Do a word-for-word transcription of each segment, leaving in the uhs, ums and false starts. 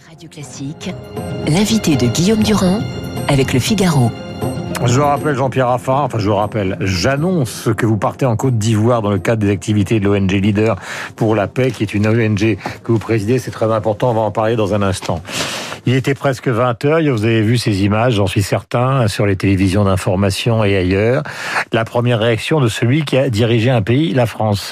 Radio Classique, l'invité de Guillaume Durand avec Le Figaro. Je vous rappelle, Jean-Pierre Raffarin, enfin je vous rappelle, j'annonce que vous partez en Côte d'Ivoire dans le cadre des activités de l'O N G Leader pour la paix, qui est une O N G que vous présidez, c'est très important, on va en parler dans un instant. Il était presque vingt heures, vous avez vu ces images, j'en suis certain, sur les télévisions d'information et ailleurs. La première réaction de celui qui a dirigé un pays, la France.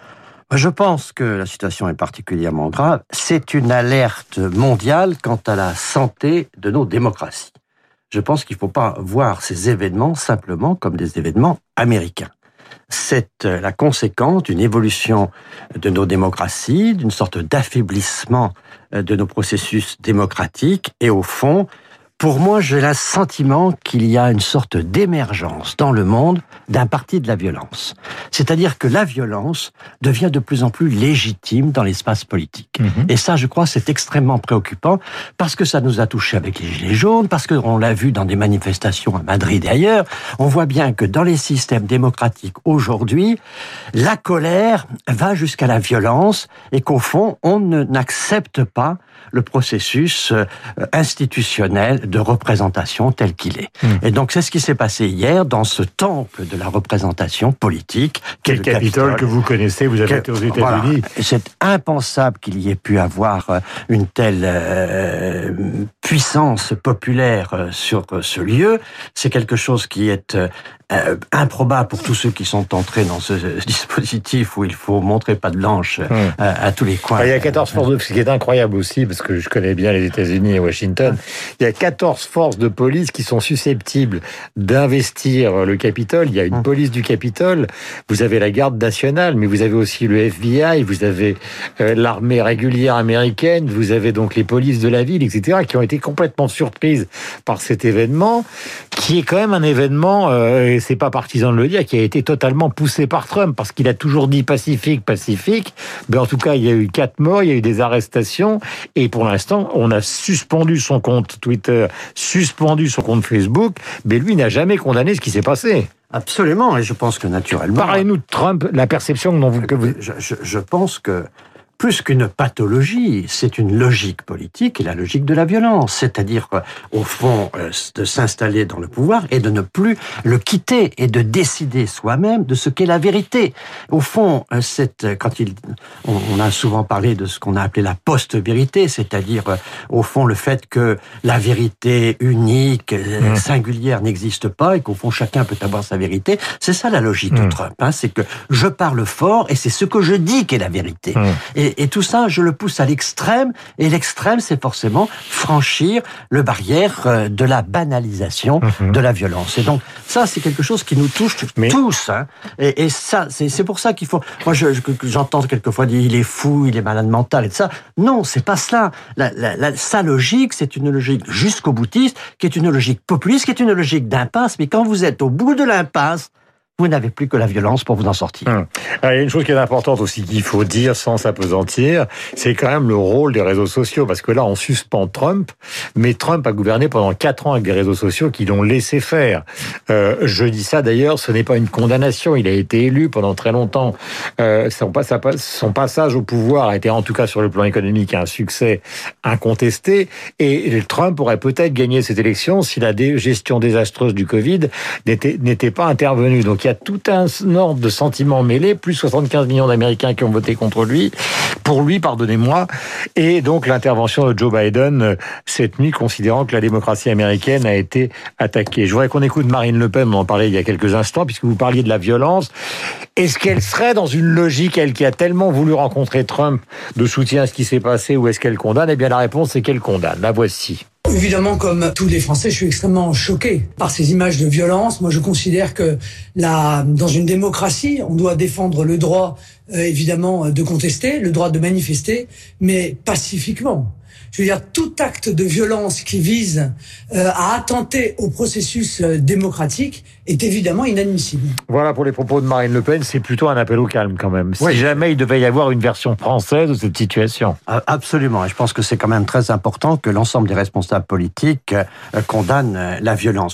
Je pense que la situation est particulièrement grave. C'est une alerte mondiale quant à la santé de nos démocraties. Je pense qu'il ne faut pas voir ces événements simplement comme des événements américains. C'est la conséquence d'une évolution de nos démocraties, d'une sorte d'affaiblissement de nos processus démocratiques. Et au fond, pour moi, j'ai le sentiment qu'il y a une sorte d'émergence dans le monde d'un parti de la violence. C'est-à-dire que la violence devient de plus en plus légitime dans l'espace politique. Mmh. Et ça, je crois, c'est extrêmement préoccupant parce que ça nous a touchés avec les Gilets jaunes, parce qu'on l'a vu dans des manifestations à Madrid et ailleurs. On voit bien que dans les systèmes démocratiques aujourd'hui, la colère va jusqu'à la violence et qu'au fond, on n'accepte pas le processus institutionnel de représentation tel qu'il est. Mmh. Et donc, c'est ce qui s'est passé hier dans ce temple de la représentation politique. Quel Capitole que vous connaissez, vous avez été aux États-Unis. Voilà. C'est impensable qu'il y ait pu avoir une telle euh, puissance populaire sur ce lieu. C'est quelque chose qui est euh, improbable pour tous ceux qui sont entrés dans ce dispositif où il faut montrer patte blanche mmh. à, à tous les coins. Il y a quatorze forces de... Ce qui est incroyable aussi, parce que je connais bien les États-Unis et Washington, il y a quatorze forces de police qui sont susceptibles d'investir le Capitole. Il y a une police du Capitole, vous avez la garde nationale, mais vous avez aussi le F B I, vous avez euh, l'armée régulière américaine, vous avez donc les polices de la ville, et cetera, qui ont été complètement surprises par cet événement, qui est quand même un événement, euh, et c'est pas partisan de le dire, qui a été totalement poussé par Trump, parce qu'il a toujours dit pacifique, pacifique. Mais en tout cas, il y a eu quatre morts, il y a eu des arrestations, et pour l'instant, on a suspendu son compte Twitter, suspendu son compte Facebook, mais lui n'a jamais condamné ce qui s'est passé. Absolument, et je pense que naturellement... Parlez-nous de Trump, la perception dont vous... Que vous... Je, je, je pense que plus qu'une pathologie, c'est une logique politique et la logique de la violence. C'est-à-dire, au fond, de s'installer dans le pouvoir et de ne plus le quitter et de décider soi-même de ce qu'est la vérité. Au fond, c'est, quand il, on, on a souvent parlé de ce qu'on a appelé la post-vérité, c'est-à-dire, au fond, le fait que la vérité unique, mmh. singulière n'existe pas et qu'au fond, chacun peut avoir sa vérité. C'est ça la logique mmh. de Trump. Hein, c'est que je parle fort et c'est ce que je dis qui est la vérité. Mmh. Et Et, et tout ça, je le pousse à l'extrême. Et l'extrême, c'est forcément franchir le barrière de la banalisation mmh. de la violence. Et donc, ça, c'est quelque chose qui nous touche Mais... tous. Hein. Et, et ça, c'est, c'est pour ça qu'il faut... Moi, je, je, j'entends quelquefois dire il est fou, il est malade mental et tout ça. Non, c'est pas cela. La, la, la, sa logique, c'est une logique jusqu'au boutiste, qui est une logique populiste, qui est une logique d'impasse. Mais quand vous êtes au bout de l'impasse, vous n'avez plus que la violence pour vous en sortir. Hum. Alors, il y a une chose qui est importante aussi qu'il faut dire sans s'apesantir, c'est quand même le rôle des réseaux sociaux, parce que là, on suspend Trump, mais Trump a gouverné pendant quatre ans avec des réseaux sociaux qui l'ont laissé faire. Euh, je dis ça d'ailleurs, ce n'est pas une condamnation, il a été élu pendant très longtemps. Euh, son, son passage au pouvoir a été, en tout cas sur le plan économique, un succès incontesté, et Trump aurait peut-être gagné cette élection si la gestion désastreuse du Covid n'était, n'était pas intervenue. Donc, il y a tout un ordre de sentiments mêlés, plus soixante-quinze millions d'Américains qui ont voté contre lui, pour lui, pardonnez-moi, et donc l'intervention de Joe Biden cette nuit, considérant que la démocratie américaine a été attaquée. Je voudrais qu'on écoute Marine Le Pen, on en parlait il y a quelques instants, puisque vous parliez de la violence. Est-ce qu'elle serait dans une logique, elle qui a tellement voulu rencontrer Trump, de soutien à ce qui s'est passé, ou est-ce qu'elle condamne ? Eh bien la réponse, c'est qu'elle condamne. La voici. Évidemment, comme tous les Français, je suis extrêmement choqué par ces images de violence. Moi, je considère que la, dans une démocratie, on doit défendre le droit, euh, évidemment, de contester, le droit de manifester, mais pacifiquement. Je veux dire, tout acte de violence qui vise euh, à attenter au processus euh, démocratique est évidemment inadmissible. Voilà pour les propos de Marine Le Pen, c'est plutôt un appel au calme quand même. Si oui. jamais il devait y avoir une version française de cette situation. Absolument, et je pense que c'est quand même très important que l'ensemble des responsables politiques euh, condamnent euh, la violence.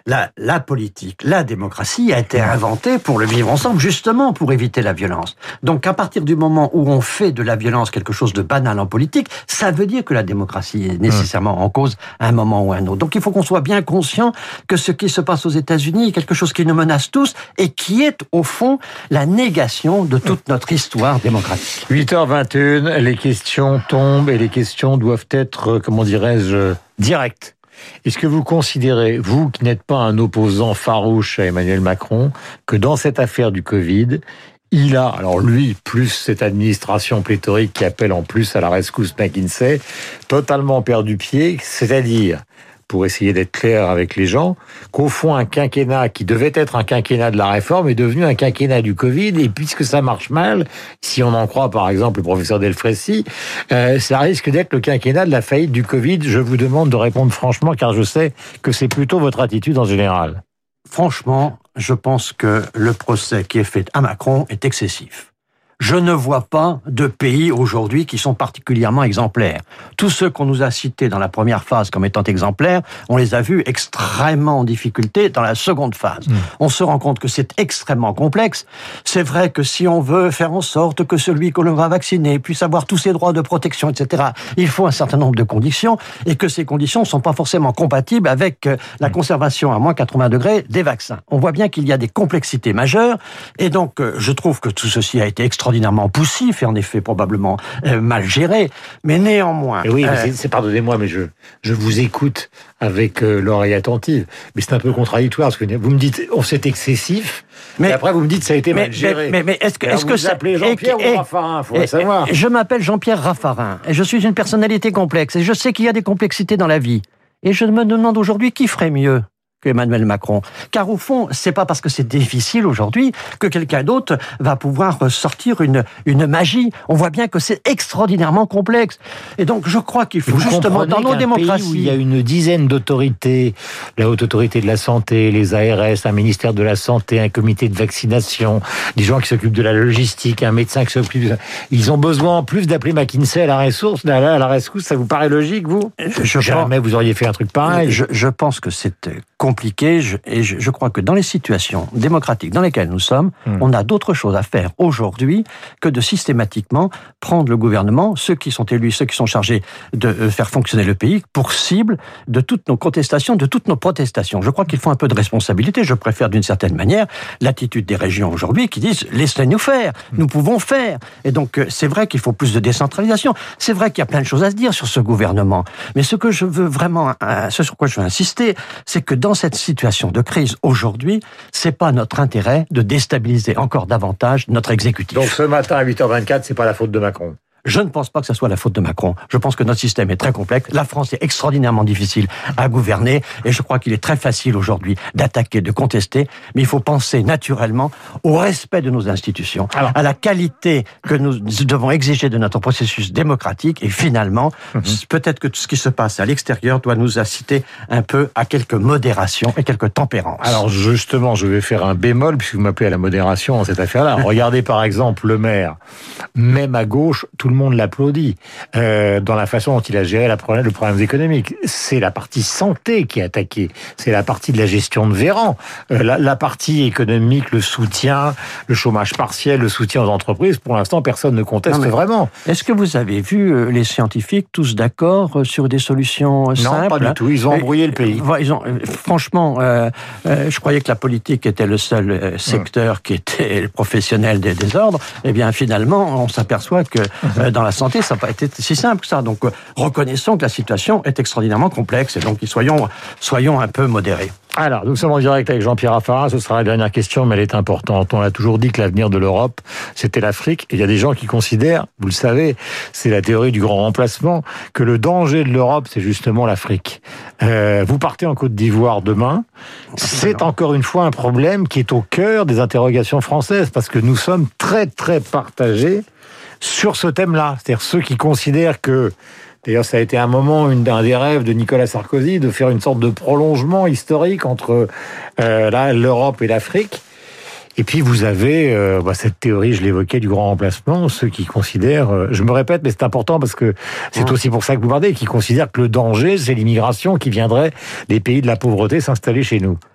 la, la politique, la démocratie a été inventée pour le vivre ensemble, justement pour éviter la violence. Donc à partir du moment où on fait de la violence quelque chose de banal en politique, ça veut dire que la démocratie est nécessairement en cause à un moment ou à un autre. Donc il faut qu'on soit bien conscient que ce qui se passe aux États-Unis est quelque chose qui nous menace tous et qui est au fond la négation de toute notre histoire démocratique. huit heures vingt et une, les questions tombent et les questions doivent être, comment dirais-je, directes. Est-ce que vous considérez, vous qui n'êtes pas un opposant farouche à Emmanuel Macron, que dans cette affaire du Covid, il a, alors lui, plus cette administration pléthorique qui appelle en plus à la rescousse McKinsey, totalement perdu pied, c'est-à-dire, pour essayer d'être clair avec les gens, qu'au fond, un quinquennat qui devait être un quinquennat de la réforme est devenu un quinquennat du Covid, et puisque ça marche mal, si on en croit par exemple le professeur Delfraissy, euh, ça risque d'être le quinquennat de la faillite du Covid. Je vous demande de répondre franchement, car je sais que c'est plutôt votre attitude en général. Franchement, je pense que le procès qui est fait à Macron est excessif. Je ne vois pas de pays aujourd'hui qui sont particulièrement exemplaires. Tous ceux qu'on nous a cités dans la première phase comme étant exemplaires, on les a vus extrêmement en difficulté dans la seconde phase. Mmh. On se rend compte que c'est extrêmement complexe. C'est vrai que si on veut faire en sorte que celui que l'on va vacciner puisse avoir tous ses droits de protection, et cetera, il faut un certain nombre de conditions et que ces conditions ne sont pas forcément compatibles avec la conservation à moins quatre-vingts degrés des vaccins. On voit bien qu'il y a des complexités majeures et donc je trouve que tout ceci a été extraordinaire extraordinairement poussif et en effet probablement euh, mal géré, mais néanmoins... Et oui, euh... c'est, c'est, pardonnez-moi, mais je, je vous écoute avec euh, l'oreille attentive, mais c'est un peu contradictoire, parce que vous me dites, oh, c'est excessif, mais et après vous me dites, ça a été mais, mal géré. Mais, mais, mais est-ce que... Alors est-ce vous que vous appelez Jean-Pierre et, ou Raffarin, il faudrait savoir. Je m'appelle Jean-Pierre Raffarin, et je suis une personnalité complexe, et je sais qu'il y a des complexités dans la vie. Et je me demande aujourd'hui qui ferait mieux Emmanuel Macron. Car au fond, c'est pas parce que c'est difficile aujourd'hui que quelqu'un d'autre va pouvoir sortir une, une magie. On voit bien que c'est extraordinairement complexe. Et donc, je crois qu'il faut vous justement, dans nos démocraties... Pays où il y a une dizaine d'autorités, la Haute Autorité de la Santé, les A R S, un ministère de la Santé, un comité de vaccination, des gens qui s'occupent de la logistique, un médecin qui s'occupe de ça. Ils ont besoin en plus d'appeler McKinsey à la ressource, à la, à la rescousse. Ça vous paraît logique, vous? je Jamais pense, vous auriez fait un truc pareil. Je, je pense que c'est compliqué, je, et je, je crois que dans les situations démocratiques dans lesquelles nous sommes, mmh. on a d'autres choses à faire aujourd'hui que de systématiquement prendre le gouvernement, ceux qui sont élus, ceux qui sont chargés de faire fonctionner le pays, pour cible de toutes nos contestations, de toutes nos protestations. Je crois qu'il faut un peu de responsabilité. Je préfère d'une certaine manière l'attitude des régions aujourd'hui qui disent « laissez-nous faire, mmh. nous pouvons faire ». Et donc c'est vrai qu'il faut plus de décentralisation. C'est vrai qu'il y a plein de choses à se dire sur ce gouvernement. Mais ce que je veux vraiment, ce sur quoi je veux insister, c'est que dans cette situation de crise aujourd'hui, c'est pas notre intérêt de déstabiliser encore davantage notre exécutif. Donc ce matin à huit heures vingt-quatre, c'est pas la faute de Macron? Je ne pense pas que ce soit la faute de Macron. Je pense que notre système est très complexe. La France est extraordinairement difficile à gouverner et je crois qu'il est très facile aujourd'hui d'attaquer, de contester. Mais il faut penser naturellement au respect de nos institutions, alors, à la qualité que nous devons exiger de notre processus démocratique et finalement, mm-hmm. peut-être que tout ce qui se passe à l'extérieur doit nous inciter un peu à quelques modérations et quelques tempérances. Alors justement, je vais faire un bémol puisque vous m'appelez à la modération dans cette affaire-là. Regardez par exemple le maire, même à gauche, tout le Tout le monde l'applaudit euh, dans la façon dont il a géré la problème, le problème économique. C'est la partie santé qui est attaquée. C'est la partie de la gestion de Véran. Euh, la, la partie économique, le soutien, le chômage partiel, le soutien aux entreprises, pour l'instant, personne ne conteste non, vraiment. Est-ce que vous avez vu euh, les scientifiques tous d'accord euh, sur des solutions euh, simples? Non, pas du tout. Ils ont embrouillé le pays. Euh, ils ont, euh, franchement, euh, euh, je croyais que la politique était le seul euh, secteur mmh. qui était professionnel des désordres. Eh bien, finalement, on s'aperçoit que mmh. dans la santé, ça n'a pas été si simple que ça. Donc, euh, reconnaissons que la situation est extraordinairement complexe et donc soyons, soyons un peu modérés. Alors, nous sommes en direct avec Jean-Pierre Raffarin. Ce sera la dernière question, mais elle est importante. On a toujours dit que l'avenir de l'Europe, c'était l'Afrique. Et il y a des gens qui considèrent, vous le savez, c'est la théorie du grand remplacement, que le danger de l'Europe, c'est justement l'Afrique. Euh, vous partez en Côte d'Ivoire demain. C'est encore une fois un problème qui est au cœur des interrogations françaises, parce que nous sommes très, très partagés sur ce thème-là. C'est-à-dire ceux qui considèrent que, d'ailleurs ça a été un moment, une, un des rêves de Nicolas Sarkozy, de faire une sorte de prolongement historique entre euh, là, l'Europe et l'Afrique. Et puis vous avez euh, bah, cette théorie, je l'évoquais, du grand remplacement, ceux qui considèrent, euh, je me répète, mais c'est important parce que c'est aussi pour ça que vous parlez, qui considèrent que le danger, c'est l'immigration qui viendrait des pays de la pauvreté s'installer chez nous.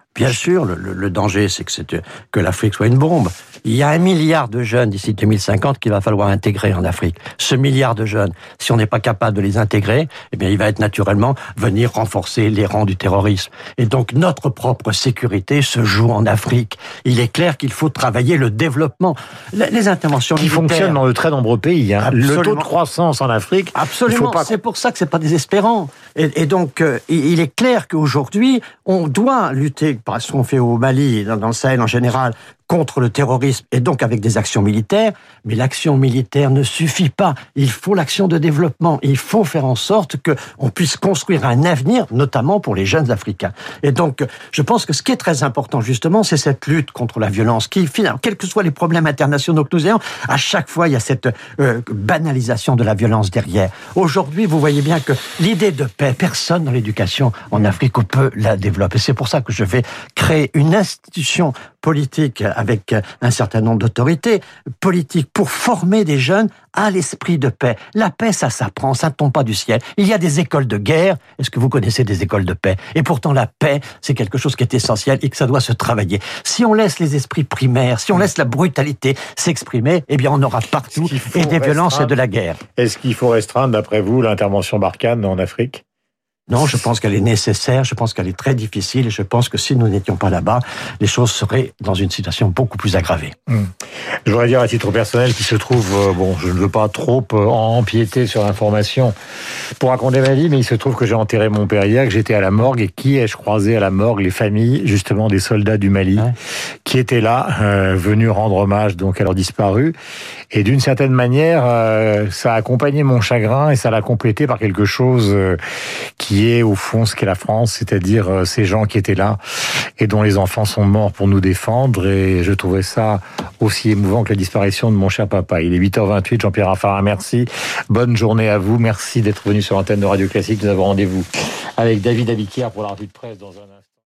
Bien sûr, le, le, le danger, c'est que, c'est que l'Afrique soit une bombe. Il y a un milliard de jeunes d'ici deux mille cinquante qu'il va falloir intégrer en Afrique. Ce milliard de jeunes, si on n'est pas capable de les intégrer, eh bien, il va être naturellement venir renforcer les rangs du terrorisme. Et donc, notre propre sécurité se joue en Afrique. Il est clair qu'il faut travailler le développement. Les, les interventions qui militaires fonctionnent dans de très nombreux pays. Hein. Le taux de croissance en Afrique, absolument. Il faut pas... C'est pour ça que c'est pas désespérant. Et, et donc, euh, il est clair qu'aujourd'hui, on doit lutter, par ce qu'on fait au Mali, dans, dans le Sahel en général, contre le terrorisme et donc avec des actions militaires, mais l'action militaire ne suffit pas. Il faut l'action de développement. Il faut faire en sorte qu'on puisse construire un avenir, notamment pour les jeunes Africains. Et donc, je pense que ce qui est très important, justement, c'est cette lutte contre la violence qui, finalement, quels que soient les problèmes internationaux que nous ayons, à chaque fois, il y a cette euh, banalisation de la violence derrière. Aujourd'hui, vous voyez bien que l'idée de paix, personne dans l'éducation en Afrique peut la développer. C'est pour ça que je vais créer une institution politique avec un certain nombre d'autorités politiques pour former des jeunes à l'esprit de paix. La paix, ça s'apprend, ça ne tombe pas du ciel. Il y a des écoles de guerre. Est-ce que vous connaissez des écoles de paix? Et pourtant, la paix, c'est quelque chose qui est essentiel et que ça doit se travailler. Si on laisse les esprits primaires, si on laisse la brutalité s'exprimer, eh bien, on aura partout et des violences et de la guerre. Est-ce qu'il faut restreindre, d'après vous, l'intervention Barkhane en Afrique? Non, je pense qu'elle est nécessaire, je pense qu'elle est très difficile, et je pense que si nous n'étions pas là-bas, les choses seraient dans une situation beaucoup plus aggravée. Mmh. Je voudrais dire à titre personnel qu'il se trouve, euh, bon, je ne veux pas trop euh, empiéter sur l'information pour raconter ma vie, mais il se trouve que j'ai enterré mon père hier, que j'étais à la morgue, et qui ai-je croisé à la morgue? Les familles, justement, des soldats du Mali, ouais. qui étaient là, euh, venus rendre hommage donc à leurs disparus, et d'une certaine manière, euh, ça a accompagné mon chagrin, et ça l'a complété par quelque chose euh, qui est au fond ce qu'est la France, c'est-à-dire euh, ces gens qui étaient là et dont les enfants sont morts pour nous défendre, et je trouvais ça aussi émouvant que la disparition de mon cher papa. Il est huit heures vingt-huit, Jean-Pierre Raffarin, merci. Bonne journée à vous, merci d'être venu sur l'antenne de Radio Classique. Nous avons rendez-vous avec David Abiquière pour la revue de presse dans un instant.